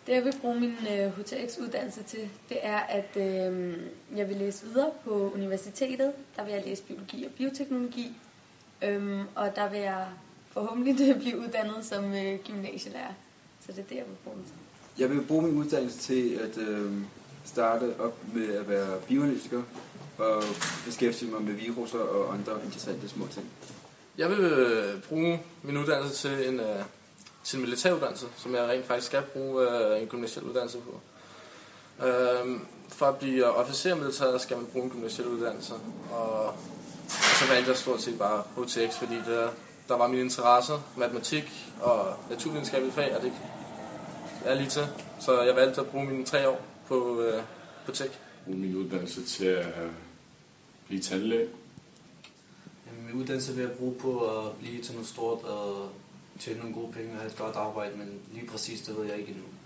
Det jeg vil bruge min HTX-uddannelse til, det er, at jeg vil læse videre på universitetet. Der vil jeg læse biologi og bioteknologi. Og der vil jeg forhåbentlig blive uddannet som gymnasielærer. Så det er det, jeg vil bruge den til. Jeg vil bruge min uddannelse til at starte op med at være bioanalytiker og beskæftige mig med virusser og andre interessante små ting. Jeg vil bruge min uddannelse til en militæruddannelse, som jeg rent faktisk skal bruge en gymnasial uddannelse på. For at blive officer i militæret skal man bruge en gymnasial uddannelse, og så valgte jeg stort set bare HTX, fordi der var mine interesser, matematik og naturvidenskabelige fag, og det er lige til. Så jeg valgte at bruge mine 3 år på tech. Bruge min uddannelse til at blive tandlæge. Min uddannelse vil jeg bruge på at blive til noget stort og tjene nogle gode penge og have et godt arbejde, men lige præcis det ved jeg ikke endnu.